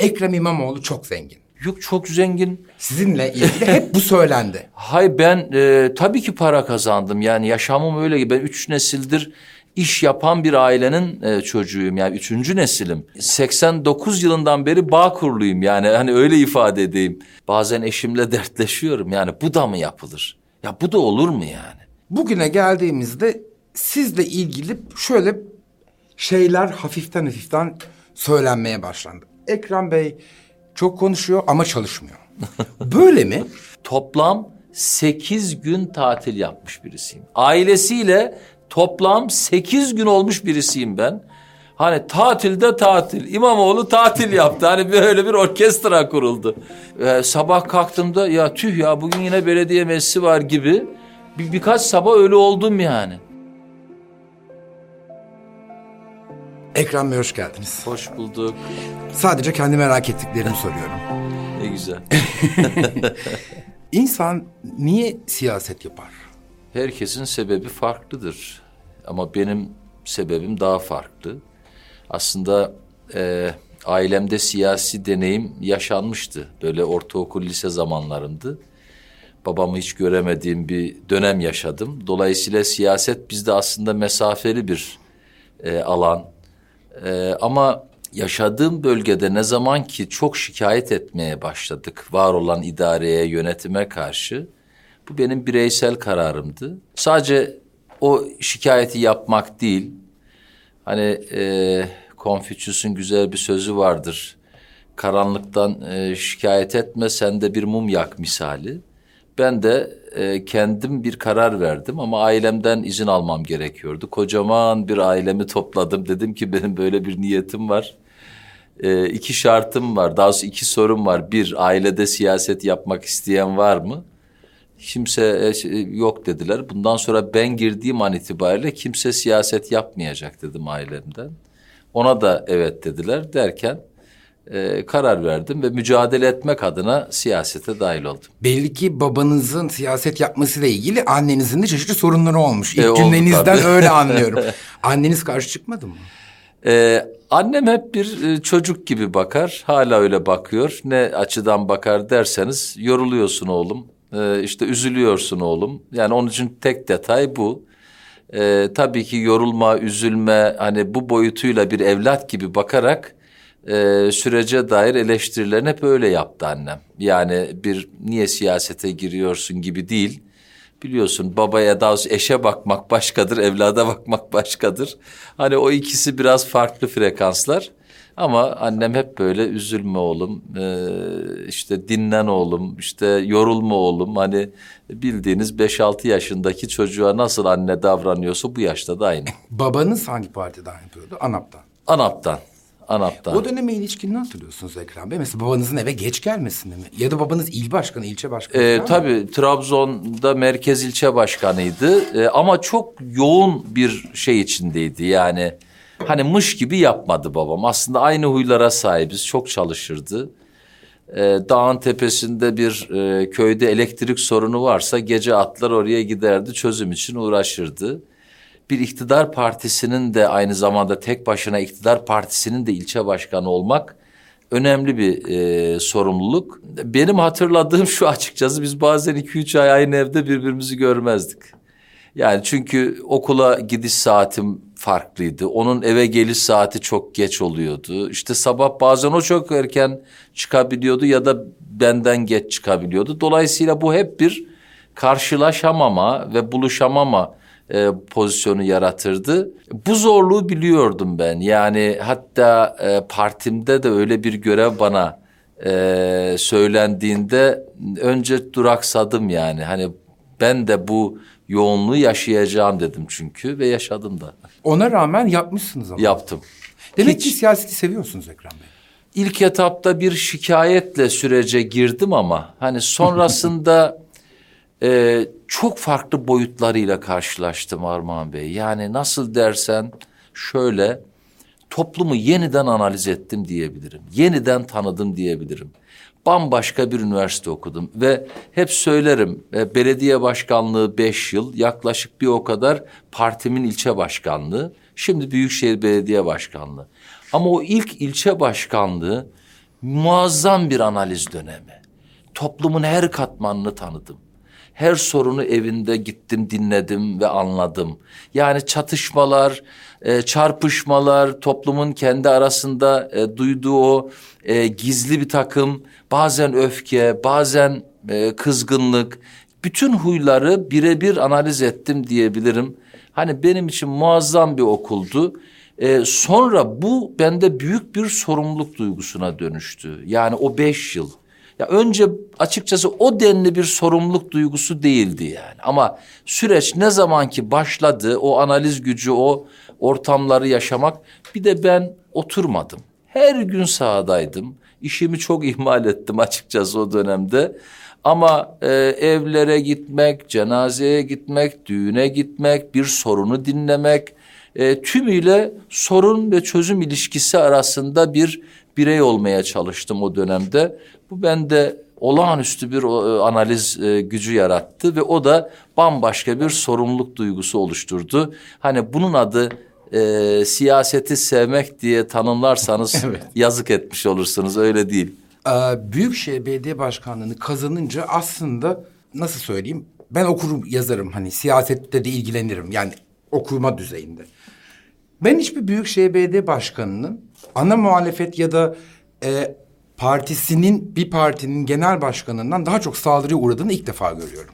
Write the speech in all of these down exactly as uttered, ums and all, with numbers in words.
Ekrem İmamoğlu çok zengin. Yok, çok zengin. Sizinle ilgili hep bu söylendi. Hay ben e, tabii ki para kazandım. Yani yaşamım öyle. Ben üç nesildir iş yapan bir ailenin e, çocuğuyum. Yani üçüncü nesilim. seksen dokuz yılından beri Bağkurluyum. Yani hani öyle ifade edeyim. Bazen eşimle dertleşiyorum. Yani bu da mı yapılır? Ya bu da olur mu yani? Bugüne geldiğimizde sizle ilgili şöyle şeyler hafiften hafiften söylenmeye başlandı. Ekrem Bey çok konuşuyor ama çalışmıyor. Böyle mi? Toplam sekiz gün tatil yapmış birisiyim. Ailesiyle toplam sekiz gün olmuş birisiyim ben. Hani tatilde tatil. İmamoğlu tatil yaptı. Hani böyle bir orkestra kuruldu. Ee, sabah kalktığımda ya tüh ya bugün yine belediye meclisi var gibi bir, birkaç sabah öyle oldum yani. Ekrem Bey hoş geldiniz. Hoş bulduk. Sadece kendi merak ettiklerimi soruyorum. Ne güzel. İnsan niye siyaset yapar? Herkesin sebebi farklıdır. Ama benim sebebim daha farklı. Aslında e, ailemde siyasi deneyim yaşanmıştı. Böyle ortaokul, lise zamanlarımdı. Babamı hiç göremediğim bir dönem yaşadım. Dolayısıyla siyaset bizde aslında mesafeli bir e, alan. E, ama yaşadığım bölgede ne zaman ki çok şikayet etmeye başladık var olan idareye, yönetime karşı, bu benim bireysel kararımdı. Sadece o şikayeti yapmak değil, hani e, Konfüçyüs'ün güzel bir sözü vardır. Karanlıktan e, şikayet etme, sen de bir mum yak misali. Ben de e, kendim bir karar verdim ama ailemden izin almam gerekiyordu. Kocaman bir ailemi topladım. Dedim ki benim böyle bir niyetim var. E, iki şartım var. Daha doğrusu iki sorum var. Bir, ailede siyaset yapmak isteyen var mı? Kimse e, yok dediler. Bundan sonra ben girdiğim an itibariyle kimse siyaset yapmayacak dedim ailemden. Ona da evet dediler derken e, karar verdim ve mücadele etmek adına siyasete dahil oldum. Belli ki babanızın siyaset yapmasıyla ilgili annenizin de çeşitli sorunları olmuş. İlk E, oldu cümlenizden tabii. öyle anlıyorum. Anneniz karşı çıkmadı mı? Ee, annem hep bir e, çocuk gibi bakar. Hala öyle bakıyor. Ne açıdan bakar derseniz yoruluyorsun oğlum. Ee, işte üzülüyorsun oğlum. Yani onun için tek detay bu. Ee, tabii ki yorulma, üzülme hani bu boyutuyla bir evlat gibi bakarak e, sürece dair eleştirilerini hep öyle yaptı annem. Yani bir niye siyasete giriyorsun gibi değil. Biliyorsun babaya daha doğrusu eşe bakmak başkadır, evlada bakmak başkadır. Hani o ikisi biraz farklı frekanslar. Ama annem hep böyle üzülme oğlum, e, işte dinlen oğlum, işte yorulma oğlum. Hani bildiğiniz beş altı yaşındaki çocuğa nasıl anne davranıyorsa bu yaşta da aynı. Babanız hangi partiden yapıyordu? ANAP'tan. ANAP'tan, ANAP'tan. O döneme ilişkin ne hatırlıyorsunuz Ekrem Bey? Mesela babanızın eve geç gelmesini mi? Ya da babanız il başkanı, ilçe başkanı Ee, falan tabii mı? Trabzon'da merkez ilçe başkanıydı ee, ama çok yoğun bir şey içindeydi yani. Hani mış gibi yapmadı babam. Aslında aynı huylara sahibiz, çok çalışırdı. Ee, dağın tepesinde bir e, köyde elektrik sorunu varsa gece atlar oraya giderdi, çözüm için uğraşırdı. Bir iktidar partisinin de aynı zamanda tek başına iktidar partisinin de ilçe başkanı olmak önemli bir e, sorumluluk. Benim hatırladığım şu açıkçası biz bazen iki üç ay aynı evde birbirimizi görmezdik. Yani çünkü okula gidiş saatim farklıydı. Onun eve geliş saati çok geç oluyordu. İşte sabah bazen o çok erken çıkabiliyordu ya da benden geç çıkabiliyordu. Dolayısıyla bu hep bir karşılaşamama ve buluşamama e, pozisyonu yaratırdı. Bu zorluğu biliyordum ben. Yani hatta e, partimde de öyle bir görev bana e, söylendiğinde önce duraksadım yani. Hani ben de bu yoğunluğu yaşayacağım dedim çünkü ve yaşadım da. Ona rağmen yapmışsınız ama. Yaptım. Demek Hiç, ki siyaseti seviyorsunuz Ekrem Bey. İlk etapta bir şikayetle sürece girdim ama hani sonrasında e, çok farklı boyutlarıyla karşılaştım Armağan Bey. Yani nasıl dersen şöyle toplumu yeniden analiz ettim diyebilirim. Yeniden tanıdım diyebilirim. Bambaşka bir üniversite okudum ve hep söylerim e, belediye başkanlığı beş yıl, yaklaşık bir o kadar partimin ilçe başkanlığı, şimdi Büyükşehir Belediye Başkanlığı. Ama o ilk ilçe başkanlığı muazzam bir analiz dönemi. Toplumun her katmanını tanıdım. Her sorunu evinde gittim, dinledim ve anladım. Yani çatışmalar, e, çarpışmalar, toplumun kendi arasında e, duyduğu o e, gizli bir takım, bazen öfke, bazen e, kızgınlık, bütün huyları birebir analiz ettim diyebilirim. Hani benim için muazzam bir okuldu. E, sonra bu bende büyük bir sorumluluk duygusuna dönüştü. Yani o beş yıl. Ya önce açıkçası o denli bir sorumluluk duygusu değildi yani. Ama süreç ne zaman ki başladı, o analiz gücü, o ortamları yaşamak, bir de ben oturmadım. Her gün sahadaydım. İşimi çok ihmal ettim açıkçası o dönemde. Ama e, evlere gitmek, cenazeye gitmek, düğüne gitmek, bir sorunu dinlemek, e, tümüyle sorun ve çözüm ilişkisi arasında bir birey olmaya çalıştım o dönemde. Bu bende olağanüstü bir o, analiz e, gücü yarattı ve o da bambaşka bir sorumluluk duygusu oluşturdu. Hani bunun adı e, siyaseti sevmek diye tanımlarsanız evet, yazık etmiş olursunuz, öyle değil. Ee, Büyükşehir Belediye Başkanlığı'nı kazanınca aslında nasıl söyleyeyim, ben okurum yazarım, hani siyasette de ilgilenirim yani okuma düzeyinde. Ben hiçbir Büyükşehir Belediye Başkanı'nın ana muhalefet ya da e, partisinin bir partinin genel başkanından daha çok saldırıya uğradığını ilk defa görüyorum.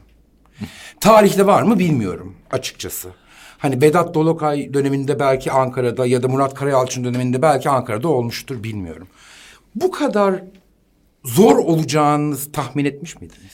Tarihte var mı bilmiyorum açıkçası. Hani Vedat Dolokay döneminde belki Ankara'da ya da Murat Karayalçın döneminde belki Ankara'da olmuştur, bilmiyorum. Bu kadar zor olacağını tahmin etmiş miydiniz?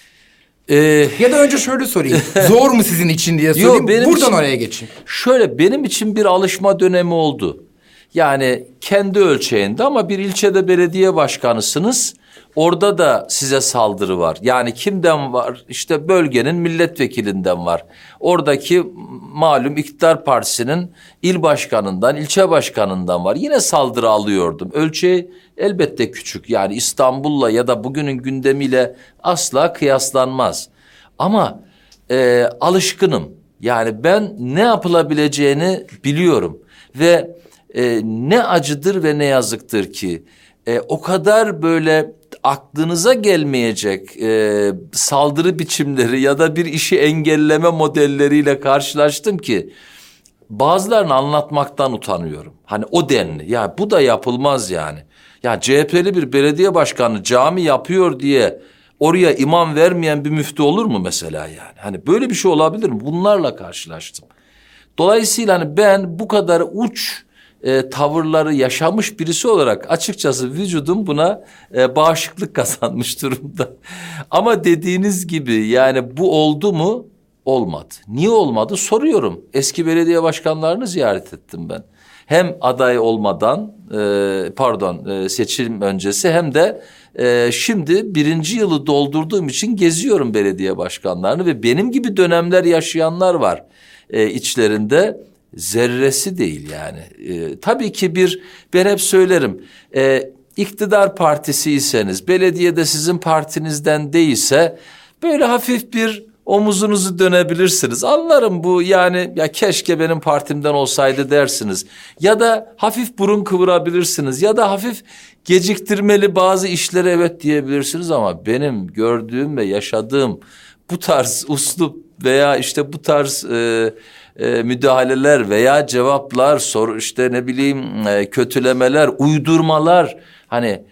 Ee, ya da önce şöyle sorayım. Zor mu sizin için diye sorayım. Yo, benim buradan için, oraya geçeyim. Şöyle, benim için bir alışma dönemi oldu. Yani kendi ölçeğinde, ama bir ilçede belediye başkanısınız. Orada da size saldırı var. Yani kimden var? İşte bölgenin milletvekilinden var. Oradaki malum iktidar partisinin il başkanından, ilçe başkanından var. Yine saldırı alıyordum. Ölçeği elbette küçük. Yani İstanbul'la ya da bugünün gündemiyle asla kıyaslanmaz. Ama e, alışkınım. Yani ben ne yapılabileceğini biliyorum. Ve e, ne acıdır ve ne yazıktır ki e, o kadar böyle aklınıza gelmeyecek e, saldırı biçimleri ya da bir işi engelleme modelleriyle karşılaştım ki bazılarını anlatmaktan utanıyorum. Hani o denli. Ya bu da yapılmaz yani. Ya C H P'li bir belediye başkanı cami yapıyor diye oraya imam vermeyen bir müftü olur mu mesela yani? Hani böyle bir şey olabilir mi? Bunlarla karşılaştım. Dolayısıyla hani ben bu kadar uç E, tavırları yaşamış birisi olarak açıkçası vücudum buna e, bağışıklık kazanmış durumda. Ama dediğiniz gibi yani bu oldu mu? Olmadı. Niye olmadı? Soruyorum. Eski belediye başkanlarını ziyaret ettim ben. Hem aday olmadan e, pardon e, seçim öncesi hem de e, şimdi birinci yılı doldurduğum için geziyorum belediye başkanlarını ve benim gibi dönemler yaşayanlar var e, içlerinde. Zerresi değil yani. Ee, tabii ki bir, ben hep söylerim, e, iktidar partisiyseniz, belediyede sizin partinizden değilse böyle hafif bir omuzunuzu dönebilirsiniz. Anlarım bu yani, ya keşke benim partimden olsaydı dersiniz. Ya da hafif burun kıvırabilirsiniz ya da hafif geciktirmeli bazı işlere evet diyebilirsiniz, ama benim gördüğüm ve yaşadığım bu tarz uslup veya işte bu tarz e, e, müdahaleler veya cevaplar, soru işte ne bileyim e, kötülemeler, uydurmalar hani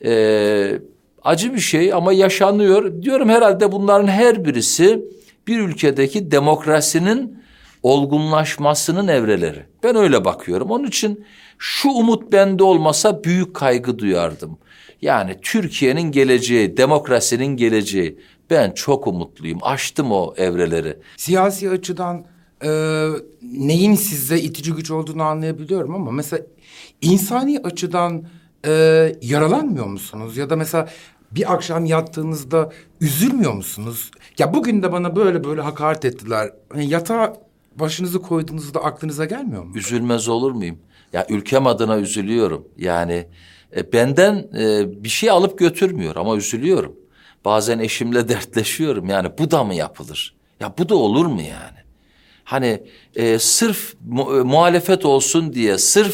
e, acı bir şey ama yaşanıyor. Diyorum herhalde bunların her birisi bir ülkedeki demokrasinin olgunlaşmasının evreleri. Ben öyle bakıyorum. Onun için şu umut bende olmasa büyük kaygı duyardım. Yani Türkiye'nin geleceği, demokrasinin geleceği. Ben çok umutluyum. Aştım o evreleri. Siyasi açıdan e, neyin size itici güç olduğunu anlayabiliyorum ama mesela insani açıdan e, yaralanmıyor musunuz? Ya da mesela bir akşam yattığınızda üzülmüyor musunuz? Ya bugün de bana böyle böyle hakaret ettiler. Yani yatağa başınızı koyduğunuzda aklınıza gelmiyor mu? Üzülmez olur muyum? Ya ülkem adına üzülüyorum. Yani e, benden e, bir şey alıp götürmüyor ama üzülüyorum. Bazen eşimle dertleşiyorum. Yani bu da mı yapılır? Ya bu da olur mu yani? Hani e, sırf mu, e, muhalefet olsun diye, sırf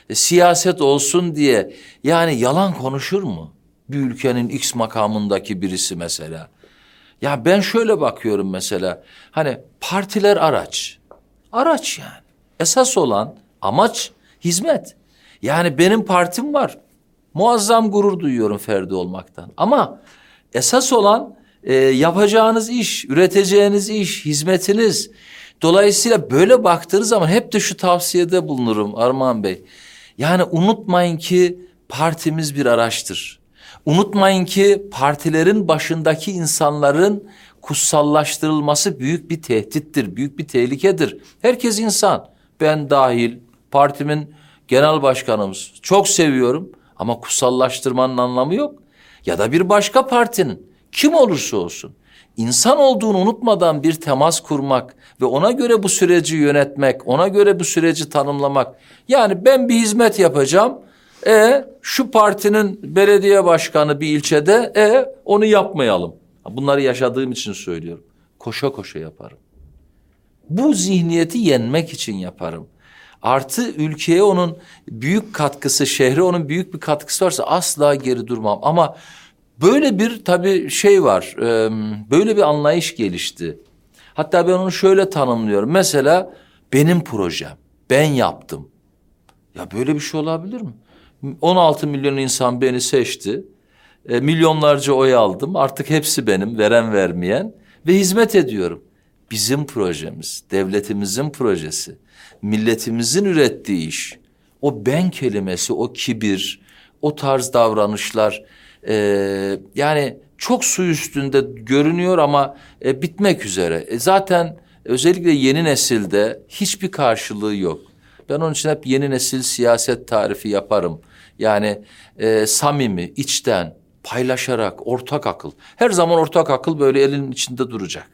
e, siyaset olsun diye yani yalan konuşur mu? Bir ülkenin X makamındaki birisi mesela. Ya ben şöyle bakıyorum mesela. Hani partiler araç. Araç yani. Esas olan amaç hizmet. Yani benim partim var. Muazzam gurur duyuyorum Ferdi olmaktan. Ama esas olan e, yapacağınız iş, üreteceğiniz iş, hizmetiniz. Dolayısıyla böyle baktığınız zaman hep de şu tavsiyede bulunurum Armağan Bey. Yani unutmayın ki partimiz bir araçtır. Unutmayın ki partilerin başındaki insanların kutsallaştırılması büyük bir tehdittir, büyük bir tehlikedir. Herkes insan, ben dahil, partimin genel başkanımız. Çok seviyorum ama kutsallaştırmanın anlamı yok. Ya da bir başka partinin, kim olursa olsun. İnsan olduğunu unutmadan bir temas kurmak ve ona göre bu süreci yönetmek, ona göre bu süreci tanımlamak. Yani ben bir hizmet yapacağım. E şu partinin belediye başkanı bir ilçede e onu yapmayalım. Bunları yaşadığım için söylüyorum. Koşa koşa yaparım. Bu zihniyeti yenmek için yaparım. Artı ülkeye onun büyük katkısı, şehre onun büyük bir katkısı varsa asla geri durmam. Ama böyle bir tabii şey var, e, böyle bir anlayış gelişti. Hatta ben onu şöyle tanımlıyorum. Mesela benim projem, ben yaptım. Ya böyle bir şey olabilir mi? on altı milyon insan beni seçti. E, milyonlarca oy aldım. Artık hepsi benim, veren vermeyen ve hizmet ediyorum. Bizim projemiz, devletimizin projesi, milletimizin ürettiği iş. O ben kelimesi, o kibir, o tarz davranışlar e, yani çok su üstünde görünüyor ama e, bitmek üzere. E, zaten özellikle yeni nesilde hiçbir karşılığı yok. Ben onun için hep yeni nesil siyaset tarifi yaparım. Yani e, samimi, içten, paylaşarak, ortak akıl. Her zaman ortak akıl böyle elinin içinde duracak.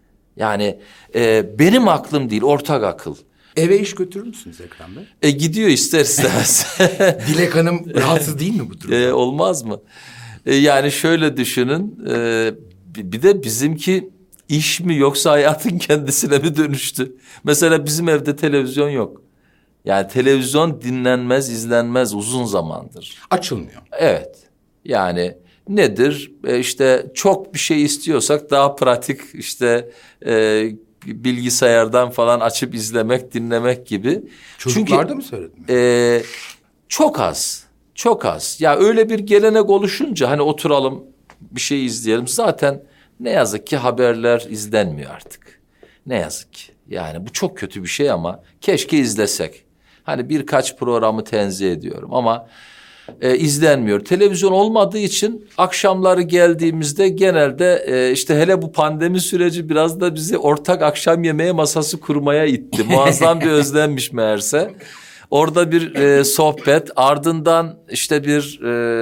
Yani e, benim aklım değil, ortak akıl. Eve iş götürür müsünüz Ekrem Bey? E, gidiyor ister istemez. Dilek Hanım rahatsız değil mi bu durumda? E, olmaz mı? E, yani şöyle düşünün. E, bir de bizimki iş mi yoksa hayatın kendisine mi dönüştü? Mesela bizim evde televizyon yok. Yani televizyon dinlenmez, izlenmez uzun zamandır. Açılmıyor. Evet. Yani nedir? E işte çok bir şey istiyorsak daha pratik işte e, bilgisayardan falan açıp izlemek, dinlemek gibi. Çocuklarda Çünkü, mı söyledin? E, çok az, çok az. Ya öyle bir gelenek oluşunca hani oturalım bir şey izleyelim. Zaten ne yazık ki haberler izlenmiyor artık. Ne yazık ki. Yani bu çok kötü bir şey ama keşke izlesek. Hani birkaç programı tenzih ediyorum ama e, izlenmiyor. Televizyon olmadığı için akşamları geldiğimizde genelde e, işte hele bu pandemi süreci biraz da bizi ortak akşam yemeği masası kurmaya itti. Muazzam bir özlemmiş meğerse. Orada bir e, sohbet, ardından işte bir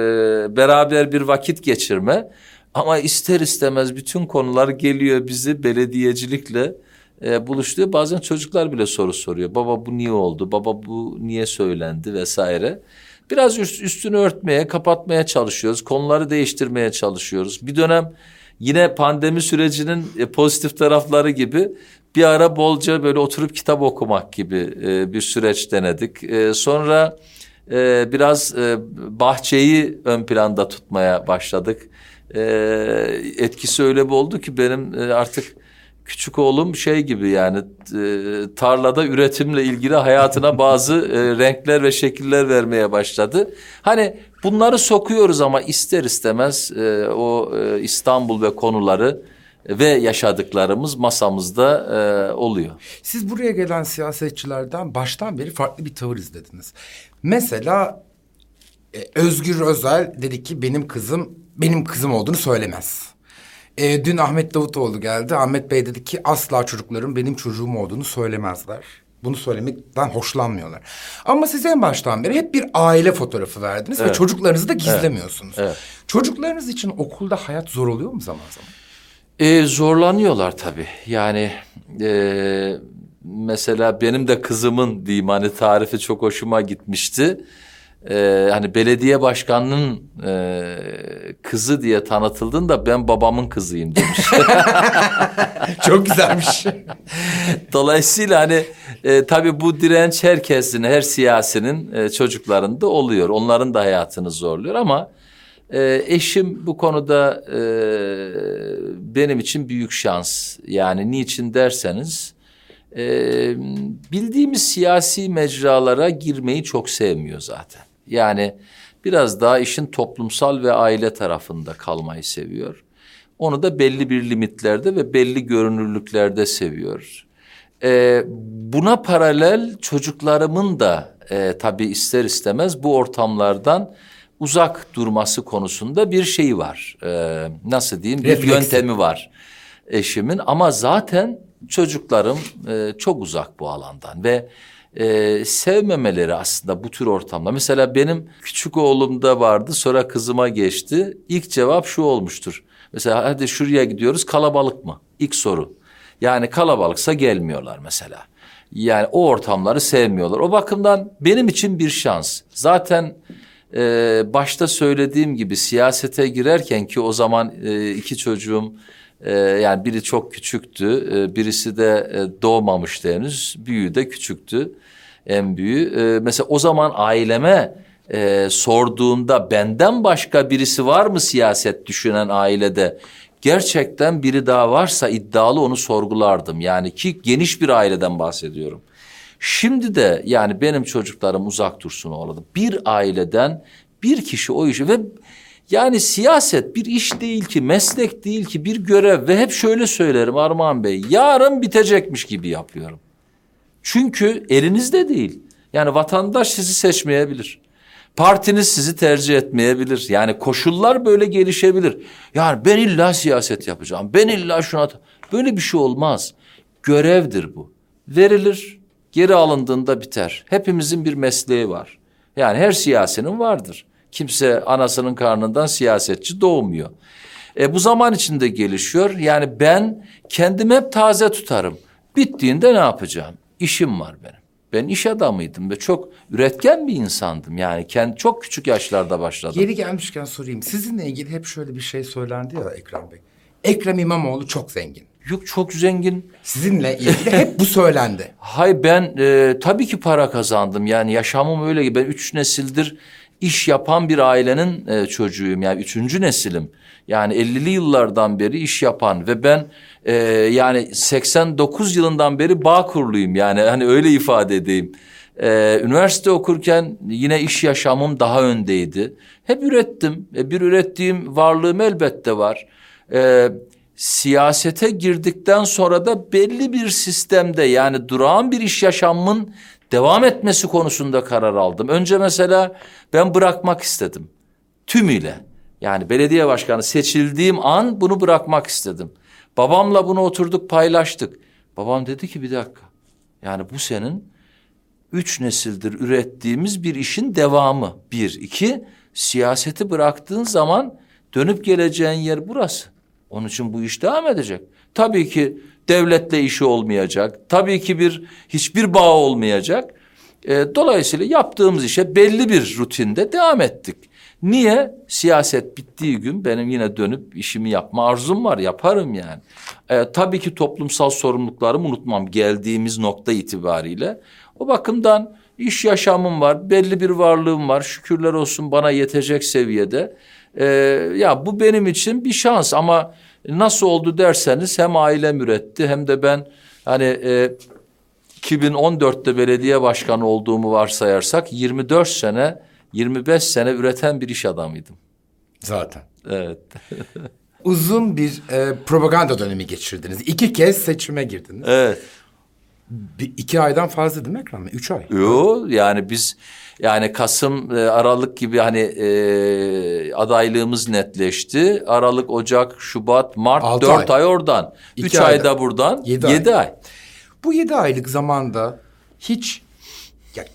e, beraber bir vakit geçirme. Ama ister istemez bütün konular geliyor bizi belediyecilikle e, buluşturuyor. Bazen çocuklar bile soru soruyor. Baba bu niye oldu? Baba bu niye söylendi vesaire. Biraz üst, üstünü örtmeye, kapatmaya çalışıyoruz. Konuları değiştirmeye çalışıyoruz. Bir dönem yine pandemi sürecinin e, pozitif tarafları gibi bir ara bolca böyle oturup kitap okumak gibi e, bir süreç denedik. E, sonra e, biraz e, bahçeyi ön planda tutmaya başladık. E, etkisi öyle bir oldu ki benim e, artık küçük oğlum şey gibi yani e, tarlada üretimle ilgili hayatına bazı e, renkler ve şekiller vermeye başladı. Hani bunları sokuyoruz ama ister istemez e, o e, İstanbul ve konuları ve yaşadıklarımız masamızda e, oluyor. Siz buraya gelen siyasetçilerden baştan beri farklı bir tavır izlediniz. Mesela e, Özgür Özel dedi ki benim kızım benim kızım olduğunu söylemez. E, dün Ahmet Davutoğlu geldi. Ahmet Bey dedi ki asla çocuklarım benim çocuğum olduğunu söylemezler. Bunu söylemekten hoşlanmıyorlar. Ama siz en baştan beri hep bir aile fotoğrafı verdiniz Evet. ve çocuklarınızı da gizlemiyorsunuz. Evet. Evet. Çocuklarınız için okulda hayat zor oluyor mu zaman zaman? E, zorlanıyorlar tabii. Yani e, mesela benim de kızımın diyeyim hani tarifi çok hoşuma gitmişti. e, hani belediye başkanının e, kızı diye tanıtıldın da ben babamın kızıyım demiş. Çok güzelmiş. Dolayısıyla hani e, tabii bu direnç herkesin, her siyasinin e, çocuklarında oluyor. Onların da hayatını zorluyor ama e, eşim bu konuda e, benim için büyük şans. Yani niçin derseniz e, bildiğimiz siyasi mecralara girmeyi çok sevmiyor zaten. Yani biraz daha işin toplumsal ve aile tarafında kalmayı seviyor. Onu da belli bir limitlerde ve belli görünürlüklerde seviyor. Ee, buna paralel çocuklarımın da e, tabii ister istemez bu ortamlardan uzak durması konusunda bir şeyi var. Ee, nasıl diyeyim? Bir Refleksi. yöntemi var eşimin ama zaten çocuklarım e, çok uzak bu alandan ve e, sevmemeleri aslında bu tür ortamda. Mesela benim küçük oğlumda vardı, sonra kızıma geçti. İlk cevap şu olmuştur. Mesela hadi şuraya gidiyoruz, kalabalık mı? İlk soru. Yani kalabalıksa gelmiyorlar mesela. Yani o ortamları sevmiyorlar. O bakımdan benim için bir şans. Zaten e, başta söylediğim gibi siyasete girerken ki o zaman e, iki çocuğum e, yani biri çok küçüktü. E, birisi de e, doğmamıştı henüz. Büyüğü de küçüktü. En büyüğü. E, mesela o zaman aileme e, sorduğunda benden başka birisi var mı siyaset düşünen ailede? Gerçekten biri daha varsa iddialı onu sorgulardım. Yani ki geniş bir aileden bahsediyorum. Şimdi de yani benim çocuklarım uzak dursun oğlum. Bir aileden bir kişi o işi ve yani siyaset bir iş değil ki, meslek değil ki, bir görev ve hep şöyle söylerim Armağan Bey, yarın bitecekmiş gibi yapıyorum. Çünkü elinizde değil. Yani vatandaş sizi seçmeyebilir. Partiniz sizi tercih etmeyebilir. Yani koşullar böyle gelişebilir. Yani ben illa siyaset yapacağım. Ben illa şuna... Böyle bir şey olmaz. Görevdir bu. Verilir, geri alındığında biter. Hepimizin bir mesleği var. Yani her siyasinin vardır. Kimse anasının karnından siyasetçi doğmuyor. E, bu zaman içinde gelişiyor. Yani ben kendimi hep taze tutarım. Bittiğinde ne yapacağım? İşim var benim. Ben iş adamıydım ve çok üretken bir insandım. Yani kendi çok küçük yaşlarda başladım. Yeri gelmişken sorayım. Sizinle ilgili hep şöyle bir şey söylendi ya Ekrem Bey. Ekrem İmamoğlu çok zengin. Yok, çok zengin. Sizinle ilgili hep bu söylendi. Hay ben e, tabii ki para kazandım. Yani yaşamım öyle ki ben üç nesildir iş yapan bir ailenin e, çocuğuyum. Yani üçüncü nesilim. Yani ellili yıllardan beri iş yapan ve ben e, yani seksen dokuz yılından beri Bağkurluyum. Yani hani öyle ifade edeyim. E, üniversite okurken yine iş yaşamım daha öndeydi. Hep ürettim. E, bir ürettiğim varlığım elbette var. E, siyasete girdikten sonra da belli bir sistemde yani durağan bir iş yaşamımın devam etmesi konusunda karar aldım. Önce mesela ben bırakmak istedim. Tümüyle. Yani belediye başkanı seçildiğim an bunu bırakmak istedim. Babamla bunu oturduk paylaştık. Babam dedi ki bir dakika. Yani bu senin üç nesildir ürettiğimiz bir işin devamı. Bir. İki, siyaseti bıraktığın zaman dönüp geleceğin yer burası. Onun için bu iş devam edecek. Tabii ki devletle işi olmayacak. Tabii ki bir hiçbir bağ olmayacak. E, dolayısıyla yaptığımız işe belli bir rutinde devam ettik. Niye? Siyaset bittiği gün benim yine dönüp işimi yapma arzum var. Yaparım yani. E, tabii ki toplumsal sorumluluklarımı unutmam geldiğimiz nokta itibariyle. O bakımdan iş yaşamım var. Belli bir varlığım var. Şükürler olsun bana yetecek seviyede. E, ya bu benim için bir şans ama nasıl oldu derseniz hem ailem üretti hem de ben hani e, iki bin on dörtte belediye başkanı olduğumu varsayarsak yirmi dört sene yirmi beş sene üreten bir iş adamıydım. Zaten. Evet. Uzun bir e, propaganda dönemi geçirdiniz. İki kez seçime girdiniz. Evet. Bir, iki aydan fazla değil mi Ekrem Bey? Üç ay. Yo yani biz yani Kasım, e, Aralık gibi hani e, adaylığımız netleşti. Aralık, Ocak, Şubat, Mart Altı dört ay. ay oradan. İki Üç ayda. ayda buradan. Yedi Yedi ay. ay. Bu yedi aylık zamanda hiç ya,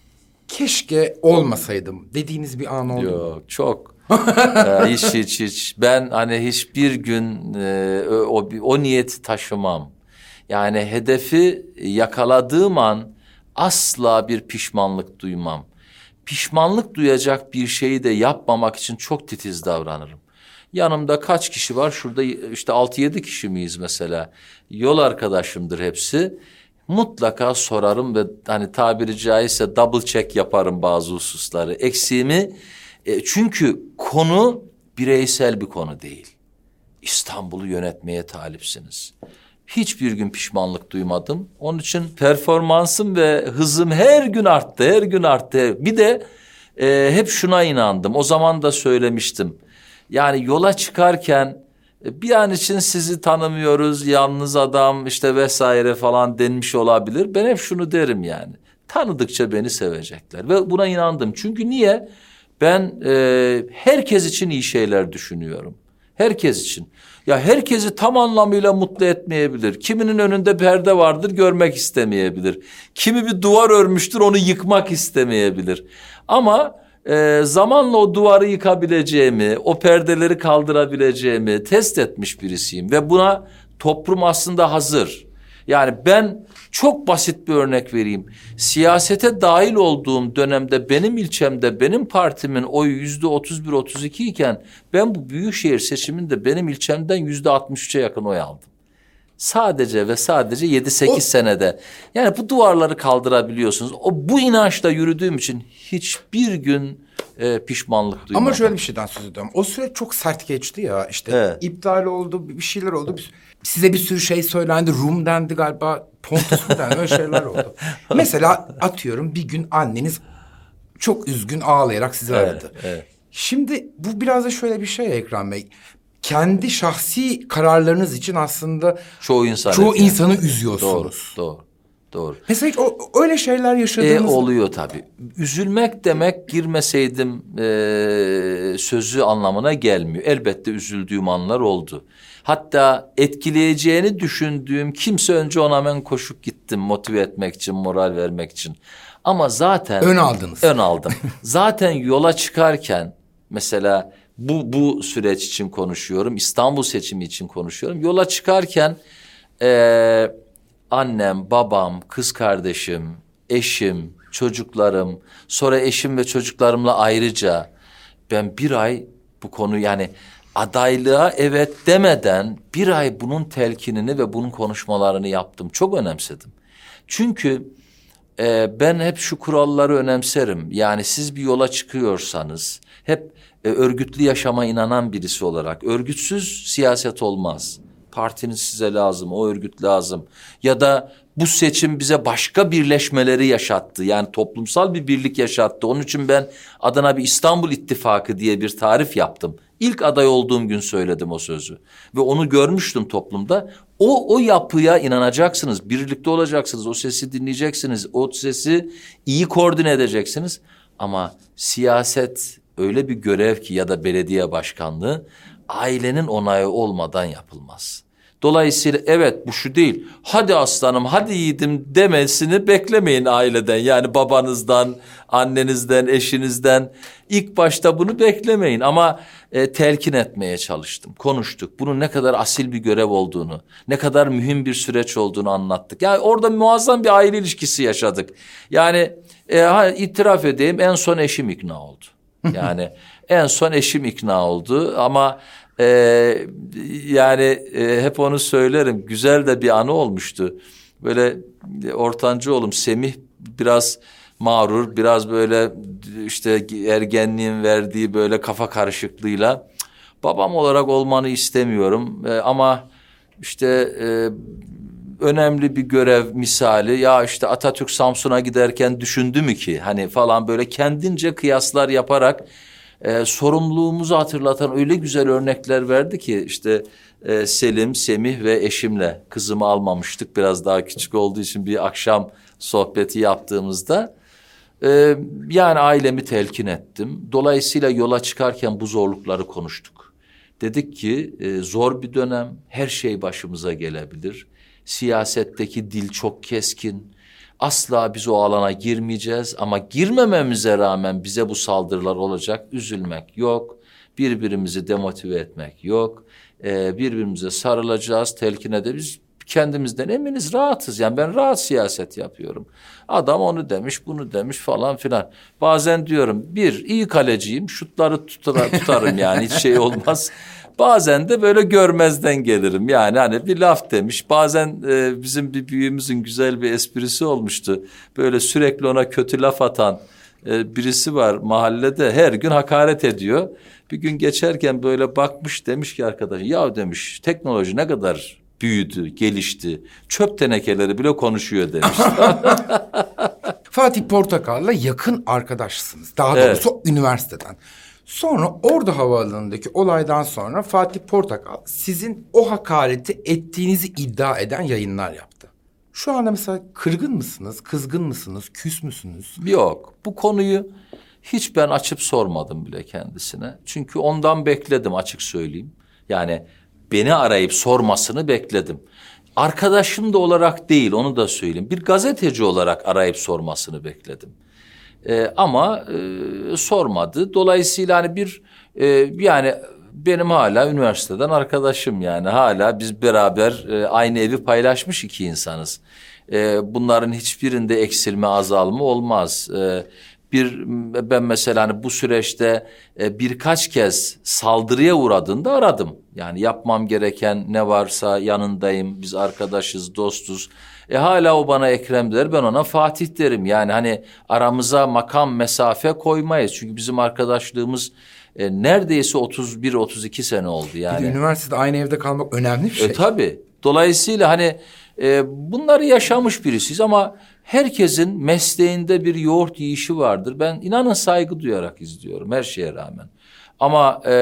keşke olmasaydım dediğiniz bir an oldu mu? Yok çok. Ee, hiç hiç hiç. Ben hani hiçbir gün e, o, o niyeti taşımam. Yani hedefi yakaladığım an asla bir pişmanlık duymam. pişmanlık duyacak bir şeyi de yapmamak için çok titiz davranırım. Yanımda kaç kişi var? Şurada işte altı yedi kişi miyiz mesela? Yol arkadaşımdır hepsi. Mutlaka sorarım ve hani tabiri caizse double check yaparım bazı hususları. Eksiğimi e, çünkü konu bireysel bir konu değil. İstanbul'u yönetmeye talipsiniz. Hiçbir gün pişmanlık duymadım. Onun için performansım ve hızım her gün arttı, her gün arttı. Bir de e, hep şuna inandım. O zaman da söylemiştim. Yani yola çıkarken bir an için sizi tanımıyoruz, yalnız adam işte vesaire falan denmiş olabilir. Ben hep şunu derim yani. Tanıdıkça beni sevecekler ve buna inandım. Çünkü niye? Ben e, herkes için iyi şeyler düşünüyorum. Herkes için. Ya herkesi tam anlamıyla mutlu etmeyebilir. Kiminin önünde perde vardır, görmek istemeyebilir. Kimi bir duvar örmüştür, onu yıkmak istemeyebilir. Ama e, zamanla o duvarı yıkabileceğimi, o perdeleri kaldırabileceğimi test etmiş birisiyim. Ve buna toplum aslında hazır. Yani ben çok basit bir örnek vereyim. Siyasete dahil olduğum dönemde benim ilçemde benim partimin oyu yüzde otuz bir otuz iki iken ben bu büyükşehir seçiminde benim ilçemden yüzde altmış üçe yakın oy aldım. Sadece ve sadece yedi sekiz senede. Yani bu duvarları kaldırabiliyorsunuz. O bu inançla yürüdüğüm için hiçbir gün e, pişmanlık duymadım. Ama şöyle bir şeyden söz ediyorum. O süreç çok sert geçti ya. İşte Evet. iptal oldu, bir şeyler oldu. Size bir sürü şey söylendi. Rum dendi galiba. Pontus mu dendi? Öyle şeyler oldu. Mesela atıyorum bir gün anneniz çok üzgün ağlayarak sizi Evet, aradı. evet. Şimdi bu biraz da şöyle bir şey Ekrem Bey. Kendi şahsi kararlarınız için aslında Çoğu insan çoğu ediyor. insanı üzüyorsunuz. Doğru, doğru, doğru. Mesela hiç o, öyle şeyler E, yaşadığınız... oluyor tabii. Üzülmek demek girmeseydim e, sözü anlamına gelmiyor. Elbette üzüldüğüm anlar oldu. Hatta etkileyeceğini düşündüğüm kimse önce ona hemen koşup gittim motive etmek için, moral vermek için. Ama zaten... Ön aldınız. Ön aldım. Zaten yola çıkarken mesela bu, bu süreç için konuşuyorum. İstanbul seçimi için konuşuyorum. Yola çıkarken... E, Annem, babam, kız kardeşim, eşim, çocuklarım, sonra eşim ve çocuklarımla ayrıca ben bir ay bu konu yani adaylığa evet demeden bir ay bunun telkinini ve bunun konuşmalarını yaptım. Çok önemsedim. Çünkü e, ben hep şu kuralları önemserim. Yani siz bir yola çıkıyorsanız hep e, örgütlü yaşama inanan birisi olarak örgütsüz siyaset olmaz. Partiniz size lazım, o örgüt lazım. Ya da bu seçim bize başka birleşmeleri yaşattı. Yani toplumsal bir birlik yaşattı. Onun için ben adına bir İstanbul İttifakı diye bir tarif yaptım. İlk aday olduğum gün söyledim o sözü. Ve onu görmüştüm toplumda. O, o yapıya inanacaksınız, birlikte olacaksınız, o sesi dinleyeceksiniz, o sesi iyi koordine edeceksiniz. Ama siyaset öyle bir görev ki ya da belediye başkanlığı ailenin onayı olmadan yapılmaz. Dolayısıyla evet bu şu değil. Hadi aslanım, hadi yiğidim demesini beklemeyin aileden. Yani babanızdan, annenizden, eşinizden. İlk başta bunu beklemeyin ama e, telkin etmeye çalıştım. Konuştuk. Bunun ne kadar asil bir görev olduğunu, ne kadar mühim bir süreç olduğunu anlattık. Yani orada muazzam bir aile ilişkisi yaşadık. Yani e, ha, itiraf edeyim en son eşim ikna oldu. Yani en son eşim ikna oldu ama e, yani e, hep onu söylerim. Güzel de bir anı olmuştu. Böyle e, ortancı oğlum Semih biraz mağrur, biraz böyle işte ergenliğin verdiği böyle kafa karışıklığıyla babam olarak olmanı istemiyorum e, ama işte e, önemli bir görev misali ya işte Atatürk Samsun'a giderken düşündü mü ki hani falan böyle kendince kıyaslar yaparak e, sorumluluğumuzu hatırlatan öyle güzel örnekler verdi ki işte e, Selim, Semih ve eşimle kızımı almamıştık biraz daha küçük olduğu için bir akşam sohbeti yaptığımızda e, yani ailemi telkin ettim. Dolayısıyla yola çıkarken bu zorlukları konuştuk. Dedik ki e, zor bir dönem, her şey başımıza gelebilir. Siyasetteki dil çok keskin. Asla biz o alana girmeyeceğiz ama girmememize rağmen bize bu saldırılar olacak. Üzülmek yok, birbirimizi demotive etmek yok. Ee, birbirimize sarılacağız, telkin edeceğiz. kendimizden eminiz, rahatız. Yani ben rahat siyaset yapıyorum. Adam onu demiş, bunu demiş falan filan. Bazen diyorum bir iyi kaleciyim, şutları tutar, tutarım yani hiç şey olmaz. Bazen de böyle görmezden gelirim. Yani hani bir laf demiş. Bazen e, bizim bir büyüğümüzün güzel bir esprisi olmuştu. Böyle sürekli ona kötü laf atan e, birisi var mahallede. Her gün hakaret ediyor. Bir gün geçerken böyle bakmış, demiş ki arkadaş, ya demiş, teknoloji ne kadar büyüdü, gelişti. Çöp tenekeleri bile konuşuyor demiş. Fatih Portakal'la yakın arkadaşsınız. Daha Evet. doğrusu üniversiteden. Sonra Ordu Havaalanı'ndaki olaydan sonra Fatih Portakal sizin o hakareti ettiğinizi iddia eden yayınlar yaptı. Şu anda mesela kırgın mısınız, kızgın mısınız, küs müsünüz? Yok, bu konuyu hiç ben açıp sormadım bile kendisine. Çünkü ondan bekledim, açık söyleyeyim. Yani beni arayıp sormasını bekledim. Arkadaşım da olarak değil, onu da söyleyeyim. Bir gazeteci olarak arayıp sormasını bekledim. Ee, ama e, sormadı. Dolayısıyla hani bir e, yani benim hala üniversiteden arkadaşım, yani hala biz beraber e, aynı evi paylaşmış iki insanız. E, bunların hiçbirinde eksilme, azalma olmaz. E, bir ben mesela hani bu süreçte e, birkaç kez saldırıya uğradığında aradım. Yani yapmam gereken ne varsa yanındayım. Biz arkadaşız, dostuz. E hala o bana Ekrem der, ben ona Fatih derim. Yani hani aramıza makam, mesafe koymayız. Çünkü bizim arkadaşlığımız e, neredeyse otuz bir otuz iki sene oldu yani. Bir de üniversitede aynı evde kalmak önemli bir şey. E tabii. Dolayısıyla hani e, bunları yaşamış birisiyiz ama herkesin mesleğinde bir yoğurt yiyişi vardır. Ben inanın saygı duyarak izliyorum her şeye rağmen. Ama e,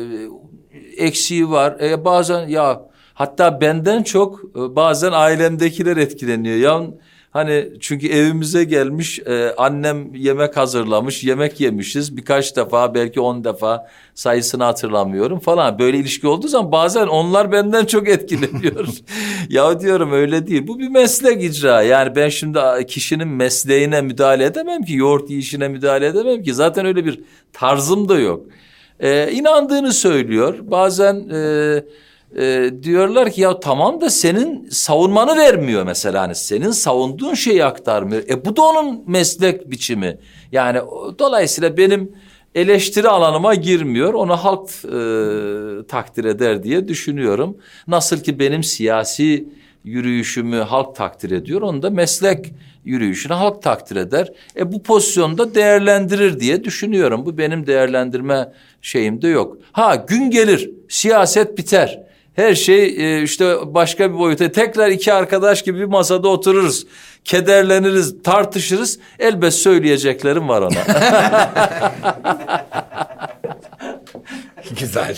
eksiği var. E, bazen ya hatta benden çok e, bazen ailemdekiler etkileniyor. Ya hani çünkü evimize gelmiş, e, annem yemek hazırlamış, yemek yemişiz birkaç defa, belki on defa, sayısını hatırlamıyorum falan. Böyle ilişki olduğu zaman bazen onlar benden çok etkileniyor. Ya diyorum öyle değil. Bu bir meslek icra. Yani ben şimdi kişinin mesleğine müdahale edemem ki, yoğurt yiyişine müdahale edemem ki. Zaten öyle bir tarzım da yok. E, inandığını söylüyor. Bazen e, e, diyorlar ki ya tamam da senin savunmanı vermiyor mesela. Hani senin savunduğun şeyi aktarmıyor. E bu da onun meslek biçimi. Yani dolayısıyla benim eleştiri alanıma girmiyor. Onu halk e, takdir eder diye düşünüyorum. Nasıl ki benim siyasi yürüyüşümü halk takdir ediyor, onu da meslek yürüyüşünü halk takdir eder. E bu pozisyonda değerlendirir diye düşünüyorum. Bu benim değerlendirme şeyimde yok. Ha gün gelir, siyaset biter. Her şey e, işte başka bir boyuta, tekrar iki arkadaş gibi bir masada otururuz. Kederleniriz, tartışırız. Elbet söyleyeceklerim var ona. Güzel.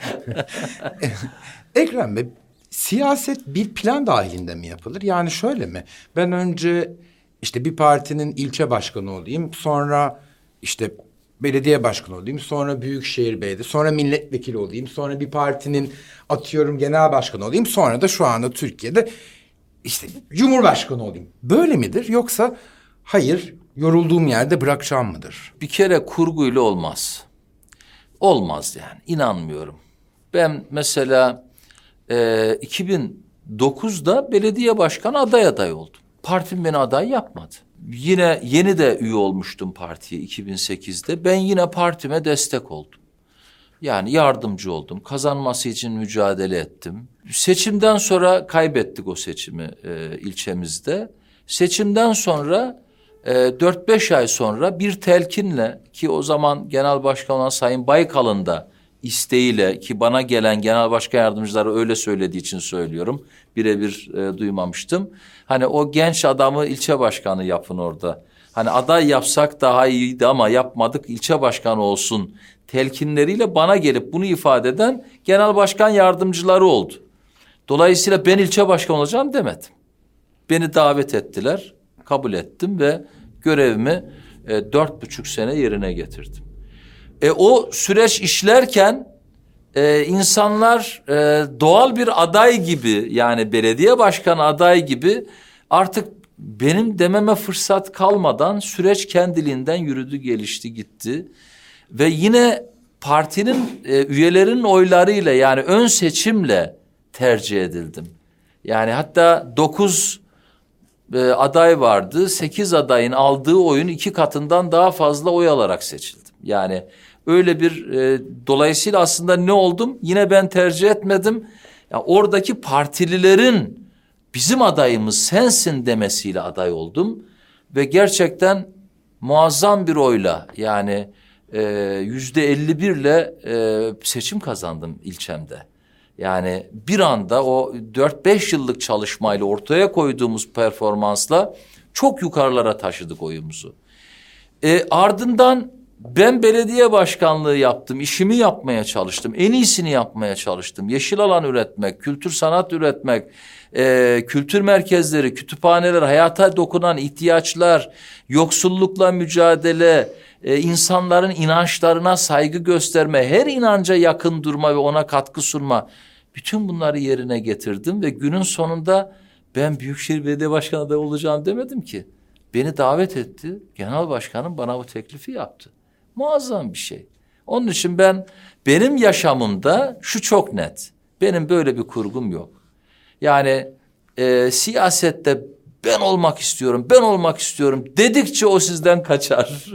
Ekrem Bey, siyaset bir plan dahilinde mi yapılır? Yani şöyle mi? Ben önce işte bir partinin ilçe başkanı olayım, sonra işte belediye başkanı olayım, sonra büyükşehir belediye, sonra milletvekili olayım, sonra bir partinin atıyorum genel başkanı olayım, sonra da şu anda Türkiye'de işte cumhurbaşkanı olayım. Böyle midir? Yoksa hayır, yorulduğum yerde bırakacağım mıdır? Bir kere kurguyla olmaz. Olmaz yani, inanmıyorum. Ben mesela e, iki bin dokuzda belediye başkanı aday aday oldum. Partim beni aday yapmadı. Yine yeni de üye olmuştum partiye iki bin sekizde. Ben yine partime destek oldum. Yani yardımcı oldum. Kazanması için mücadele ettim. Seçimden sonra kaybettik o seçimi e, ilçemizde. Seçimden sonra e, dört beş ay sonra bir telkinle, ki o zaman genel başkan olan Sayın Baykal'ın da isteğiyle, ki bana gelen genel başkan yardımcıları öyle söylediği için söylüyorum. Birebir e, duymamıştım. Hani o genç adamı ilçe başkanı yapın orada. Hani aday yapsak daha iyiydi ama yapmadık, ilçe başkanı olsun telkinleriyle bana gelip bunu ifade eden genel başkan yardımcıları oldu. Dolayısıyla ben ilçe başkanı olacağım demedim. Beni davet ettiler, kabul ettim ve görevimi e, dört buçuk sene yerine getirdim. E, o süreç işlerken e, insanlar e, doğal bir aday gibi, yani belediye başkanı aday gibi, artık benim dememe fırsat kalmadan süreç kendiliğinden yürüdü, gelişti, gitti. Ve yine partinin e, üyelerinin oylarıyla, yani ön seçimle tercih edildim. Yani hatta dokuz e, aday vardı. Sekiz adayın aldığı oyun iki katından daha fazla oy alarak seçildim. Yani öyle bir e, dolayısıyla aslında ne oldum? Yine ben tercih etmedim. Ya oradaki partililerin bizim adayımız sensin demesiyle aday oldum. Ve gerçekten muazzam bir oyla yani yüzde elli birle seçim kazandım ilçemde. Yani bir anda o dört beş yıllık çalışmayla ortaya koyduğumuz performansla çok yukarılara taşıdık oyumuzu. E, ardından ben belediye başkanlığı yaptım, işimi yapmaya çalıştım, en iyisini yapmaya çalıştım. Yeşil alan üretmek, kültür sanat üretmek, e, kültür merkezleri, kütüphaneler, hayata dokunan ihtiyaçlar, yoksullukla mücadele, e, insanların inançlarına saygı gösterme, her inanca yakın durma ve ona katkı sunma. Bütün bunları yerine getirdim ve günün sonunda ben Büyükşehir Belediye Başkanı adayı olacağım demedim ki. Beni davet etti, genel başkanım bana bu teklifi yaptı. Muazzam bir şey. Onun için ben, benim yaşamımda şu çok net. Benim böyle bir kurgum yok. Yani e, siyasette ben olmak istiyorum, ben olmak istiyorum dedikçe o sizden kaçar.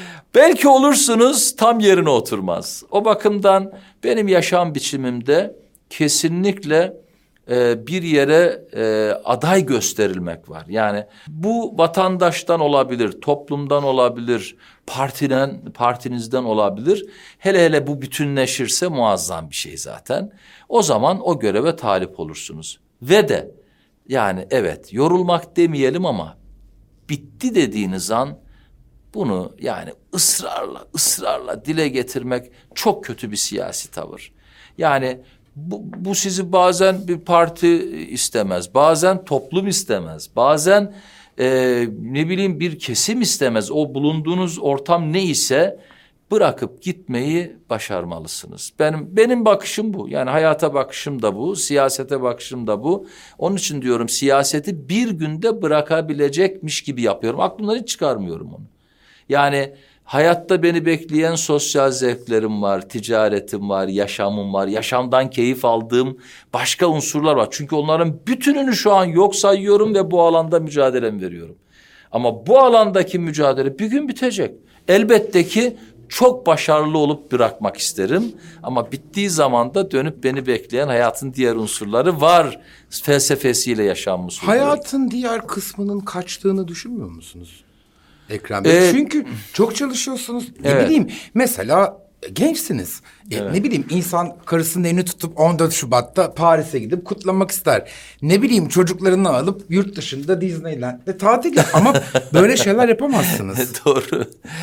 Belki olursunuz, tam yerine oturmaz. O bakımdan benim yaşam biçimimde kesinlikle e, bir yere e, aday gösterilmek var. Yani bu vatandaştan olabilir, toplumdan olabilir, partiden, partinizden olabilir. Hele hele bu bütünleşirse muazzam bir şey zaten. O zaman o göreve talip olursunuz. Ve de yani evet, yorulmak demeyelim ama bitti dediğiniz an bunu yani ısrarla ısrarla dile getirmek çok kötü bir siyasi tavır. Yani bu, bu sizi bazen bir parti istemez, bazen toplum istemez, bazen e, ne bileyim bir kesim istemez. O bulunduğunuz ortam neyse bırakıp gitmeyi başarmalısınız. Benim benim bakışım bu. Yani hayata bakışım da bu, siyasete bakışım da bu. Onun için diyorum siyaseti bir günde bırakabilecekmiş gibi yapıyorum. Aklımdan hiç çıkarmıyorum onu. Yani hayatta beni bekleyen sosyal zevklerim var, ticaretim var, yaşamım var, yaşamdan keyif aldığım başka unsurlar var. Çünkü onların bütününü şu an yok sayıyorum ve bu alanda mücadelemi veriyorum. Ama bu alandaki mücadele bir gün bitecek. Elbette ki çok başarılı olup bırakmak isterim. Ama bittiği zaman da dönüp beni bekleyen hayatın diğer unsurları var felsefesiyle yaşanmış. Hayatın diğer kısmının kaçtığını düşünmüyor musunuz Ekrem Bey? Ee, Çünkü çok çalışıyorsunuz. Ne evet. bileyim mesela gençsiniz. Evet. E, ne bileyim insan karısının elini tutup on dört Şubat'ta Paris'e gidip kutlamak ister. Ne bileyim çocuklarını alıp yurt dışında Disneyland'de tatil yap. Ama böyle şeyler yapamazsınız. Doğru.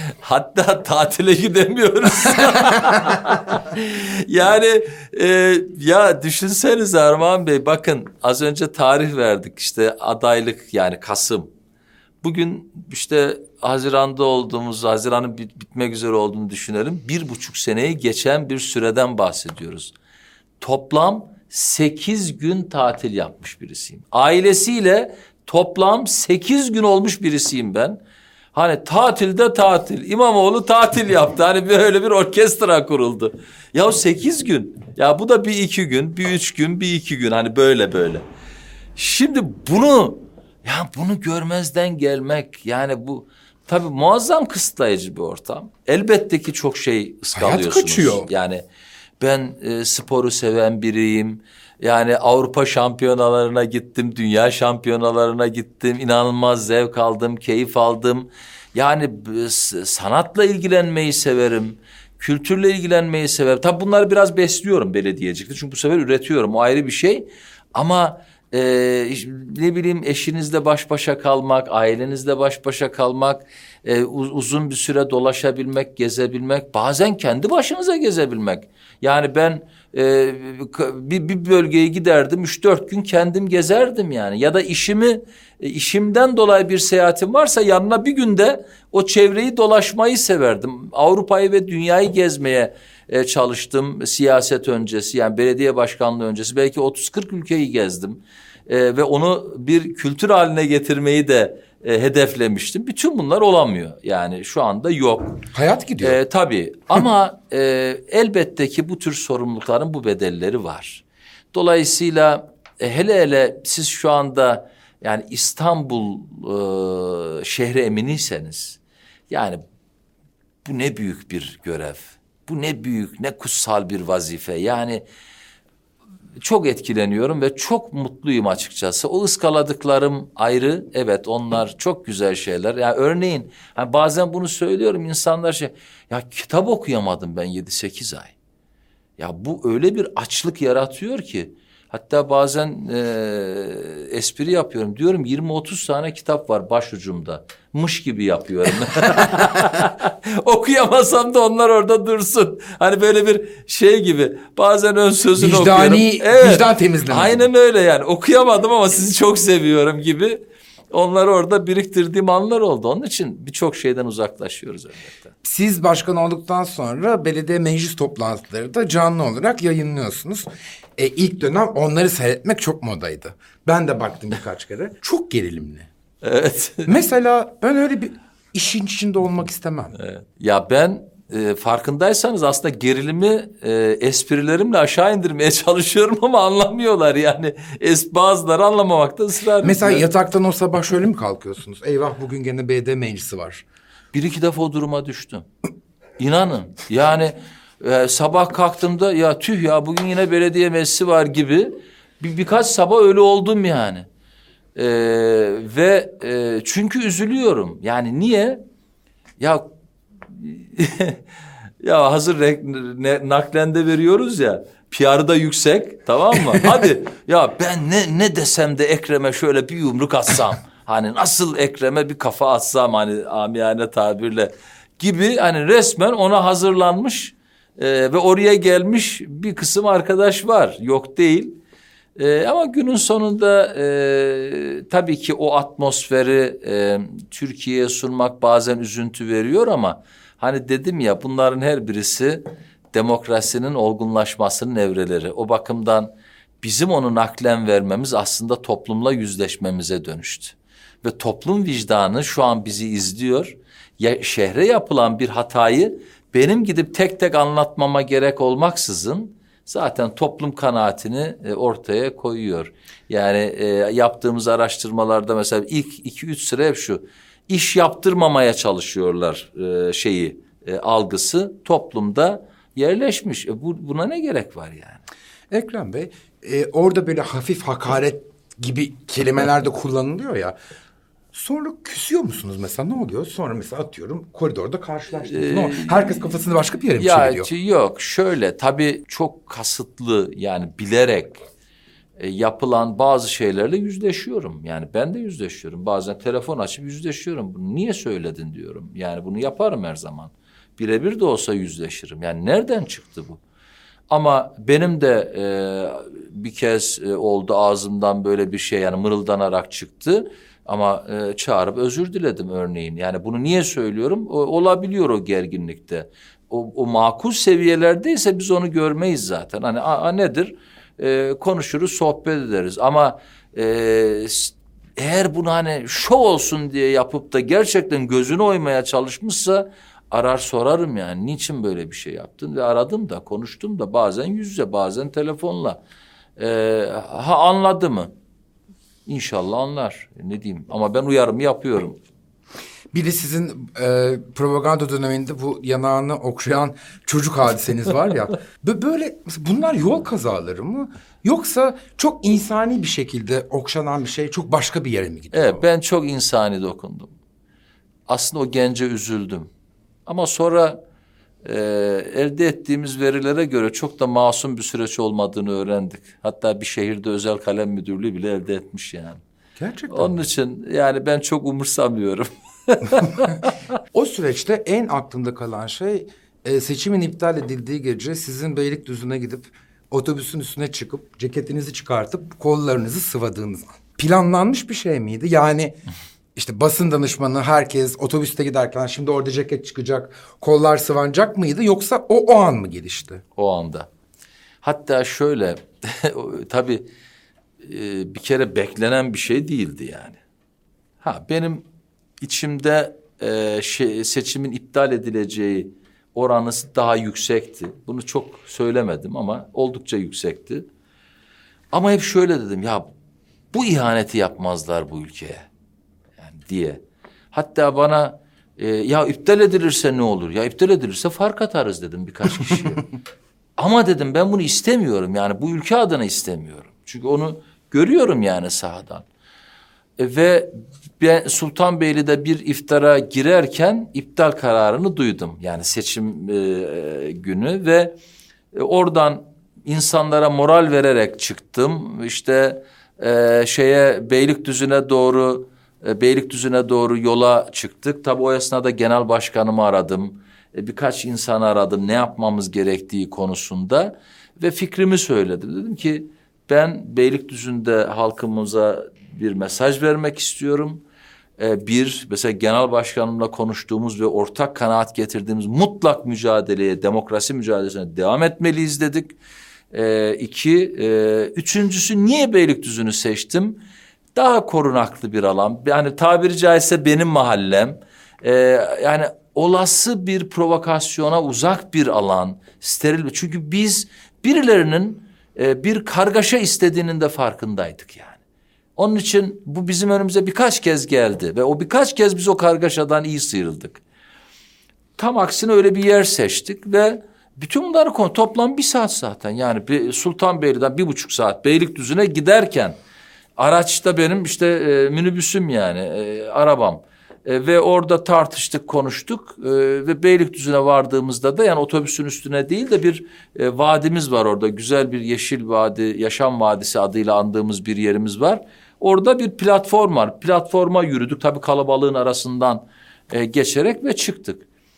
Hatta tatile gidemiyoruz. Yani e, ya düşünsenize Armağan Bey, bakın az önce tarih verdik işte adaylık yani Kasım. Bugün işte Haziran'da olduğumuz, Haziran'ın bit- bitmek üzere olduğunu düşünelim. Bir buçuk seneyi geçen bir süreden bahsediyoruz. Toplam sekiz gün tatil yapmış birisiyim. Ailesiyle toplam sekiz gün olmuş birisiyim ben. Hani tatilde tatil, İmamoğlu tatil yaptı. Hani böyle bir orkestra kuruldu. Ya sekiz gün. Ya bu da bir iki gün, bir üç gün, bir iki gün. Hani böyle böyle. Şimdi bunu... Ya bunu görmezden gelmek yani bu tabii muazzam kısıtlayıcı bir ortam. Elbette ki çok şey ıskalıyorsunuz. Hayat kaçıyor. Yani ben e, sporu seven biriyim. Yani Avrupa şampiyonalarına gittim, dünya şampiyonalarına gittim. İnanılmaz zevk aldım, keyif aldım. Yani e, sanatla ilgilenmeyi severim. Kültürle ilgilenmeyi severim. Tabii bunları biraz besliyorum belediyecilikte. Çünkü bu sefer üretiyorum. O ayrı bir şey. Ama Ee, ne bileyim eşinizle baş başa kalmak, ailenizle baş başa kalmak, e, uzun bir süre dolaşabilmek, gezebilmek, bazen kendi başınıza gezebilmek. Yani ben e, bir, bir bölgeye giderdim, üç dört gün kendim gezerdim yani. Ya da işimi, e, işimden dolayı bir seyahatim varsa yanına bir günde o çevreyi dolaşmayı severdim. Avrupa'yı ve dünyayı gezmeye e, çalıştım siyaset öncesi, yani belediye başkanlığı öncesi. Belki otuz kırk ülkeyi gezdim. Ee, ve onu bir kültür haline getirmeyi de e, hedeflemiştim. Bütün bunlar olamıyor. Yani şu anda yok. Hayat gidiyor. Ee, tabii ama e, elbette ki bu tür sorumlulukların bu bedelleri var. Dolayısıyla E, hele hele siz şu anda yani İstanbul e, şehri eminiyseniz yani bu ne büyük bir görev. Bu ne büyük, ne kutsal bir vazife. Yani çok etkileniyorum ve çok mutluyum açıkçası. O ıskaladıklarım ayrı. Evet, onlar çok güzel şeyler. Yani örneğin hani bazen bunu söylüyorum, insanlar şey, ya kitap okuyamadım ben yedi sekiz ay. Ya bu öyle bir açlık yaratıyor ki. Hatta bazen e, espri yapıyorum. Diyorum yirmi otuz tane kitap var başucumda. Mış gibi yapıyorum. Okuyamasam da onlar orada dursun. Hani böyle bir şey gibi. Bazen ön sözünü Vicdani, okuyorum. Evet, vicdan temizlemesi. aynen öyle yani. Okuyamadım ama sizi çok seviyorum gibi. Onları orada biriktirdiğim anlar oldu. Onun için birçok şeyden uzaklaşıyoruz elbette. Siz başkan olduktan sonra belediye meclis toplantıları da canlı olarak yayınlıyorsunuz. E, ilk dönem onları seyretmek çok modaydı. Ben de baktım birkaç kere. Çok gerilimli. Evet. Mesela ben öyle bir işin içinde olmak istemem. Evet. Ya ben e, farkındaysanız aslında gerilimi e, esprilerimle aşağı indirmeye çalışıyorum ama anlamıyorlar yani. Es, bazıları anlamamakta ısrar ediyor. Mesela yataktan o sabah şöyle mi kalkıyorsunuz? Eyvah, bugün gene belediye meclisi var. Bir iki defa o duruma düştüm. İnanın yani e, sabah kalktığımda ya tüh ya bugün yine belediye meclisi var gibi bir, birkaç sabah öyle oldum yani. E, ve e, çünkü üzülüyorum. Yani niye? Ya ya hazır re- ne, naklende veriyoruz ya. P R'ı da yüksek, tamam mı? Hadi ya ben ne ne desem de Ekrem'e şöyle bir yumruk atsam. Hani nasıl Ekrem'e bir kafa atsam hani amiyane tabirle gibi, hani resmen ona hazırlanmış e, ve oraya gelmiş bir kısım arkadaş var. Yok değil. E, ama günün sonunda e, tabii ki o atmosferi e, Türkiye'ye sunmak bazen üzüntü veriyor ama hani dedim ya, bunların her birisi demokrasinin olgunlaşmasının evreleri. O bakımdan bizim onu naklen vermemiz aslında toplumla yüzleşmemize dönüştü. Ve toplum vicdanı şu an bizi izliyor. Ya, şehre yapılan bir hatayı benim gidip tek tek anlatmama gerek olmaksızın zaten toplum kanaatini e, ortaya koyuyor. Yani e, yaptığımız araştırmalarda mesela ilk iki üç sıra hep şu: iş yaptırmamaya çalışıyorlar e, şeyi e, algısı toplumda yerleşmiş. E, bu, buna ne gerek var yani? Ekrem Bey, e, orada böyle hafif hakaret gibi kelimeler de kullanılıyor ya. Sonra küsüyor musunuz mesela, ne oluyor? Sonra mesela atıyorum koridorda karşılaştınız. Ee, Ne oluyor? Herkes kafasını başka bir yere mi ya, çeviriyor? Yok şöyle, tabii çok kasıtlı yani bilerek e, yapılan bazı şeylerle yüzleşiyorum. Yani ben de yüzleşiyorum. Bazen telefon açıp yüzleşiyorum. Bunu niye söyledin diyorum. Yani bunu yaparım her zaman. Birebir de olsa yüzleşirim. Yani nereden çıktı bu? Ama benim de e, bir kez e, oldu ağzımdan böyle bir şey, yani mırıldanarak çıktı. Ama e, çağırıp özür diledim örneğin. Yani bunu niye söylüyorum? O, olabiliyor o gerginlikte. O, o makul seviyelerdeyse biz onu görmeyiz zaten. Hani a, a nedir? E, konuşuruz, sohbet ederiz. Ama e, eğer bunu hani şov olsun diye yapıp da gerçekten gözünü oymaya çalışmışsa arar sorarım yani. Niçin böyle bir şey yaptın? Ve aradım da, konuştum da, bazen yüz yüze, bazen telefonla. E, ha anladı mı? İnşallah anlar. Ne diyeyim? Ama ben uyarımı yapıyorum. Bir de sizin e, propaganda döneminde bu yanağını okşayan çocuk hadiseniz var ya. Böyle bunlar yol kazaları mı? Yoksa çok insani bir şekilde okşanan bir şey çok başka bir yere mi gidiyor? Evet, ben çok insani dokundum. Aslında o gence üzüldüm. Ama sonra e, elde ettiğimiz verilere göre çok da masum bir süreç olmadığını öğrendik. Hatta bir şehirde özel kalem müdürlüğü bile elde etmiş yani. Gerçekten. Onun için yani ben çok umursamıyorum. O süreçte en aklımda kalan şey e, seçimin iptal edildiği gece sizin Beylikdüzü'ne gidip otobüsün üstüne çıkıp ceketinizi çıkartıp kollarınızı sıvadığınız an. Planlanmış bir şey miydi? Yani işte basın danışmanı, herkes otobüste giderken şimdi orada ceket çıkacak, kollar sıvanacak mıydı? Yoksa o o an mı gelişti? O anda. Hatta şöyle tabii e, bir kere beklenen bir şey değildi yani. Ha benim içimde e, şey, seçimin iptal edileceği oranı daha yüksekti. Bunu çok söylemedim ama oldukça yüksekti. Ama hep şöyle dedim, ya bu ihaneti yapmazlar bu ülkeye yani diye. Hatta bana e, ya iptal edilirse ne olur? Ya iptal edilirse fark atarız dedim birkaç kişiye. Ama dedim ben bunu istemiyorum, yani bu ülke adına istemiyorum. Çünkü onu görüyorum yani sahadan. E, ve ben Sultanbeyli'de bir iftara girerken iptal kararını duydum. Yani seçim e, günü ve e, oradan insanlara moral vererek çıktım. İşte e, şeye Beylikdüzü'ne doğru e, Beylikdüzü'ne doğru yola çıktık. Tabii o esnada genel başkanımı aradım. E, birkaç insanı aradım ne yapmamız gerektiği konusunda ve fikrimi söyledim. Dedim ki ben Beylikdüzü'nde halkımıza bir mesaj vermek istiyorum. Ee, bir, mesela genel başkanımla konuştuğumuz ve ortak kanaat getirdiğimiz mutlak mücadeleye, demokrasi mücadelesine devam etmeliyiz dedik. Ee, iki, e, üçüncüsü niye Beylikdüzü'nü seçtim? Daha korunaklı bir alan. Yani tabiri caizse benim mahallem. Ee, yani olası bir provokasyona uzak bir alan, steril. Çünkü biz birilerinin e, bir kargaşa istediğinin de farkındaydık yani. Onun için bu bizim önümüze birkaç kez geldi ve o birkaç kez biz o kargaşadan iyi sıyrıldık. Tam aksine öyle bir yer seçtik ve bütün bunları konu toplam bir saat zaten. Yani Sultanbeyli'den bir buçuk saat Beylikdüzü'ne giderken araçta benim işte e, minibüsüm yani e, arabam. E, ve orada tartıştık, konuştuk e, ve Beylikdüzü'ne vardığımızda da yani otobüsün üstüne değil de bir e, vadimiz var orada. Güzel bir yeşil vadi, yaşam vadisi adıyla andığımız bir yerimiz var. Orada bir platform var. Platforma yürüdük tabii kalabalığın arasından e, geçerek ve çıktık.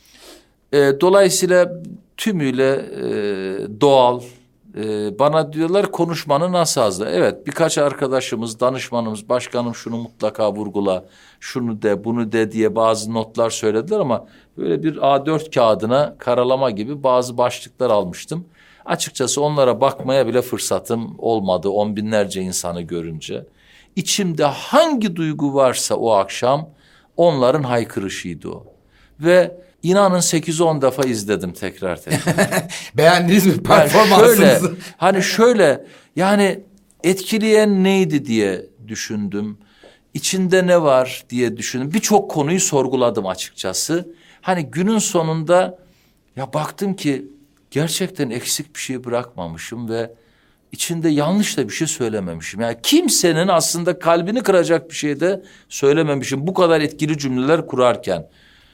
E, dolayısıyla tümüyle e, doğal. Ee, bana diyorlar konuşmanı nasıl azdı? Evet, birkaç arkadaşımız, danışmanımız, başkanım şunu mutlaka vurgula, şunu de, bunu de diye bazı notlar söylediler ama böyle bir A dört kağıdına karalama gibi bazı başlıklar almıştım. Açıkçası onlara bakmaya bile fırsatım olmadı on binlerce insanı görünce. İçimde hangi duygu varsa o akşam onların haykırışıydı o. Ve İnanın sekiz on defa izledim tekrar tekrar. Beğendiniz mi performansınızı? Yani şöyle, hani şöyle yani etkileyen neydi diye düşündüm. İçinde ne var diye düşündüm. Birçok konuyu sorguladım açıkçası. Hani günün sonunda ya baktım ki gerçekten eksik bir şey bırakmamışım ve içinde yanlış da bir şey söylememişim. Yani kimsenin aslında kalbini kıracak bir şey de söylememişim bu kadar etkili cümleler kurarken.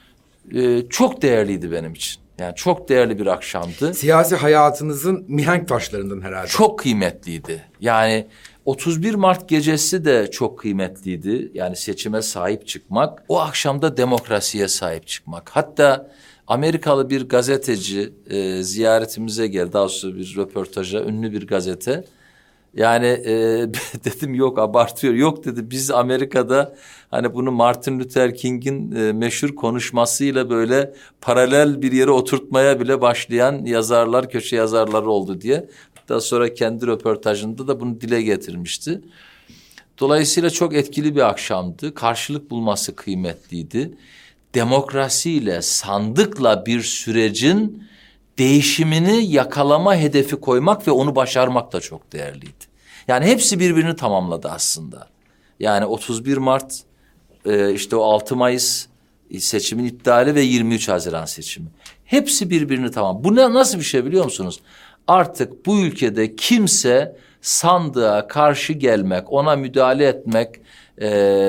Ee, çok değerliydi benim için. Yani çok değerli bir akşamdı. Siyasi hayatınızın mihenk taşlarından herhalde. Çok kıymetliydi. Yani otuz bir Mart gecesi de çok kıymetliydi. Yani seçime sahip çıkmak, o akşamda demokrasiye sahip çıkmak. Hatta Amerikalı bir gazeteci e, ziyaretimize geldi. Daha sonra bir röportaja, ünlü bir gazete. Yani e, dedim yok abartıyor. Yok dedi biz Amerika'da hani bunu Martin Luther King'in e, meşhur konuşmasıyla böyle paralel bir yere oturtmaya bile başlayan yazarlar, köşe yazarları oldu diye. Daha sonra kendi röportajında da bunu dile getirmişti. Dolayısıyla çok etkili bir akşamdı. Karşılık bulması kıymetliydi. Demokrasiyle, sandıkla bir sürecin değişimini yakalama hedefi koymak ve onu başarmak da çok değerliydi. Yani hepsi birbirini tamamladı aslında. Yani otuz bir Mart, e, işte o altı Mayıs seçimin iptali ve yirmi üç Haziran seçimi. Hepsi birbirini tamam. Bu ne, nasıl bir şey biliyor musunuz? Artık bu ülkede kimse sandığa karşı gelmek, ona müdahale etmek, e,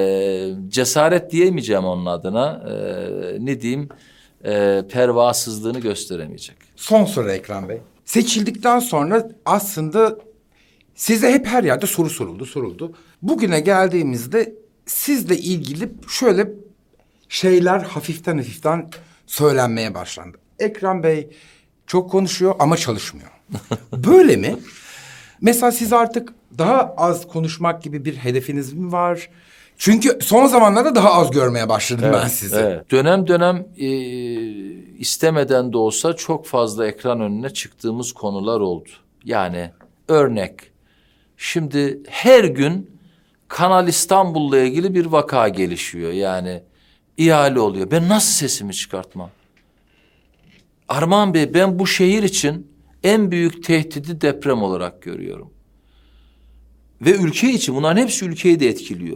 cesaret diyemeyeceğim onun adına, e, ne diyeyim, e, pervasızlığını gösteremeyecek. Son soru Ekrem Bey. Seçildikten sonra aslında size hep her yerde soru soruldu, soruldu. Bugüne geldiğimizde sizle ilgili şöyle şeyler hafiften hafiften söylenmeye başlandı. Ekrem Bey çok konuşuyor ama çalışmıyor. Böyle mi? Mesela siz artık daha az konuşmak gibi bir hedefiniz mi var? Çünkü son zamanlarda daha az görmeye başladım evet, ben sizi. Evet. Dönem dönem e, istemeden de olsa çok fazla ekran önüne çıktığımız konular oldu. Yani örnek, şimdi her gün Kanal İstanbul'la ilgili bir vaka gelişiyor. Yani ihale oluyor. Ben nasıl sesimi çıkartmam? Armağan Bey, ben bu şehir için en büyük tehdidi deprem olarak görüyorum. ve ülke için bunların hepsi ülkeyi de etkiliyor.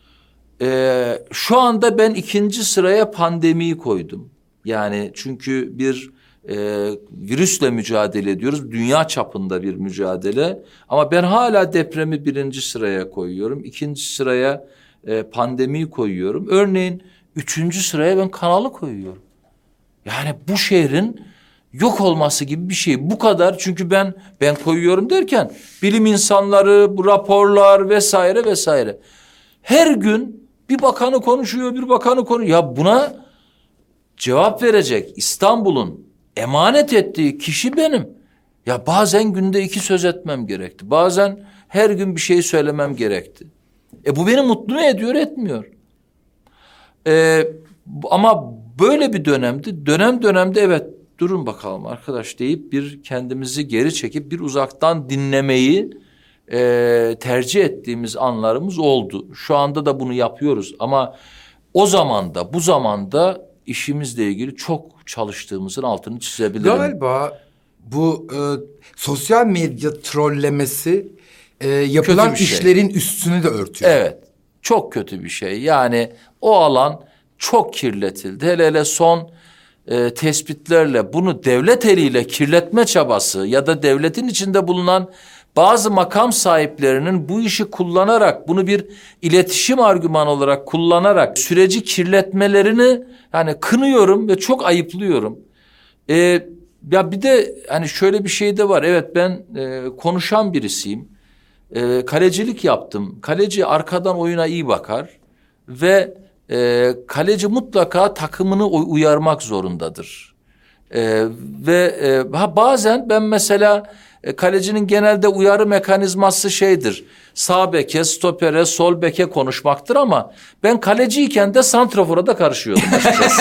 Ee, şu anda ben ikinci sıraya pandemiyi koydum. Yani çünkü bir e, virüsle mücadele ediyoruz. Dünya çapında bir mücadele. Ama ben hala depremi birinci sıraya koyuyorum. İkinci sıraya e, pandemiyi koyuyorum. Örneğin üçüncü sıraya ben kanalı koyuyorum. Yani bu şehrin yok olması gibi bir şey. Bu kadar, çünkü ben ben koyuyorum derken bilim insanları, bu raporlar vesaire vesaire. Her gün bir bakanı konuşuyor, bir bakanı konuşuyor. Ya buna cevap verecek İstanbul'un emanet ettiği kişi benim. Ya bazen günde iki söz etmem gerekti. Bazen her gün bir şey söylemem gerekti. E bu beni mutlu ediyor, etmiyor. E, ama böyle bir dönemdi. Dönem dönemde evet, durun bakalım arkadaş deyip bir kendimizi geri çekip bir uzaktan dinlemeyi e, tercih ettiğimiz anlarımız oldu. Şu anda da bunu yapıyoruz ama o zamanda, bu zamanda işimizle ilgili çok çalıştığımızın altını çizebilirim. Galiba bu e, sosyal medya trollemesi e, yapılan şey. işlerin üstünü de örtüyor. Evet, çok kötü bir şey. Yani o alan çok kirletildi. Hele hele son e, tespitlerle bunu devlet eliyle kirletme çabası ya da devletin içinde bulunan bazı makam sahiplerinin bu işi kullanarak, bunu bir iletişim argümanı olarak kullanarak süreci kirletmelerini yani kınıyorum ve çok ayıplıyorum. E, ya bir de hani şöyle bir şey de var. Evet, ben e, konuşan birisiyim. E, kalecilik yaptım. Kaleci arkadan oyuna iyi bakar ve e, kaleci mutlaka takımını uyarmak zorundadır. E, ve e, ha, bazen ben mesela e, kalecinin genelde uyarı mekanizması şeydir. Sağ beke, stopere, sol beke konuşmaktır ama ben kaleciyken de santrafora da karışıyordum açıkçası.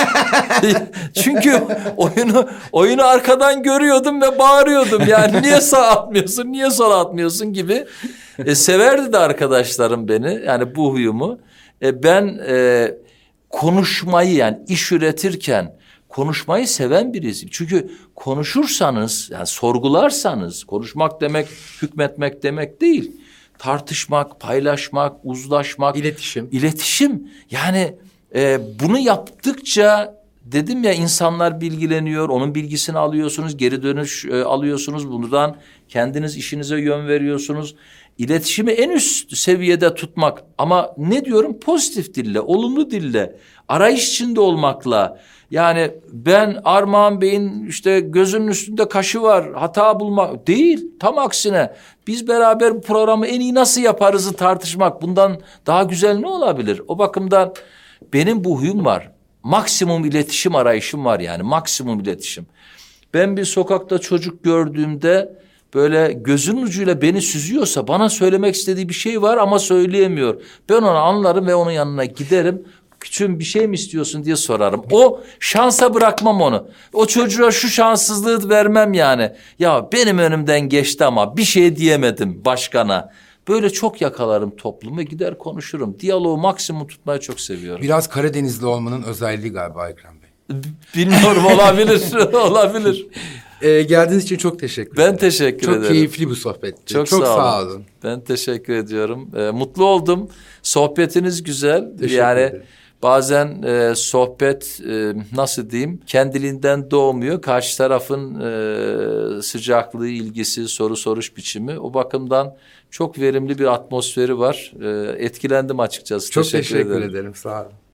Çünkü oyunu oyunu arkadan görüyordum ve bağırıyordum. Yani niye sağ atmıyorsun, niye sola atmıyorsun gibi. E, severdi de arkadaşlarım beni, yani bu huyumu. E, ben e, konuşmayı, yani iş üretirken konuşmayı seven birisiyim. Çünkü konuşursanız, yani sorgularsanız, konuşmak demek hükmetmek demek değil. Tartışmak, paylaşmak, uzlaşmak. İletişim. İletişim. Yani e, bunu yaptıkça dedim ya, insanlar bilgileniyor. Onun bilgisini alıyorsunuz, geri dönüş e, alıyorsunuz. Bundan kendiniz işinize yön veriyorsunuz. İletişimi en üst seviyede tutmak, ama ne diyorum, pozitif dille, olumlu dille, arayış içinde olmakla. Yani ben Armağan Bey'in işte gözünün üstünde kaşı var, hata bulmak değil, tam aksine biz beraber bu programı en iyi nasıl yaparızı tartışmak, bundan daha güzel ne olabilir? O bakımdan benim bu huyum var, maksimum iletişim arayışım var, yani maksimum iletişim. Ben bir sokakta çocuk gördüğümde böyle gözünün ucuyla beni süzüyorsa, bana söylemek istediği bir şey var ama söyleyemiyor. Ben onu anlarım ve onun yanına giderim. Küçüğüm, bir şey mi istiyorsun diye sorarım. O şansa bırakmam onu. O çocuğa şu şanssızlığı vermem yani. Ya benim önümden geçti ama bir şey diyemedim başkana. Böyle çok yakalarım toplumu, gider konuşurum. Diyaloğu maksimum tutmayı çok seviyorum. Biraz Karadenizli olmanın özelliği galiba Ekrem Bey. Bilmiyorum, olabilir, olabilir. Ee, geldiğiniz için çok teşekkür ederim. Ben teşekkür çok ederim. Çok keyifli bu sohbetti. Çok, çok sağ, sağ olun. olun. Ben teşekkür ediyorum. Ee, mutlu oldum. Sohbetiniz güzel. Teşekkür yani ederim. bazen e, sohbet e, nasıl diyeyim, kendiliğinden doğmuyor. Karşı tarafın e, sıcaklığı, ilgisi, soru soruş biçimi. O bakımdan çok verimli bir atmosferi var. E, etkilendim açıkçası. Çok teşekkür, teşekkür ederim. ederim. Sağ olun.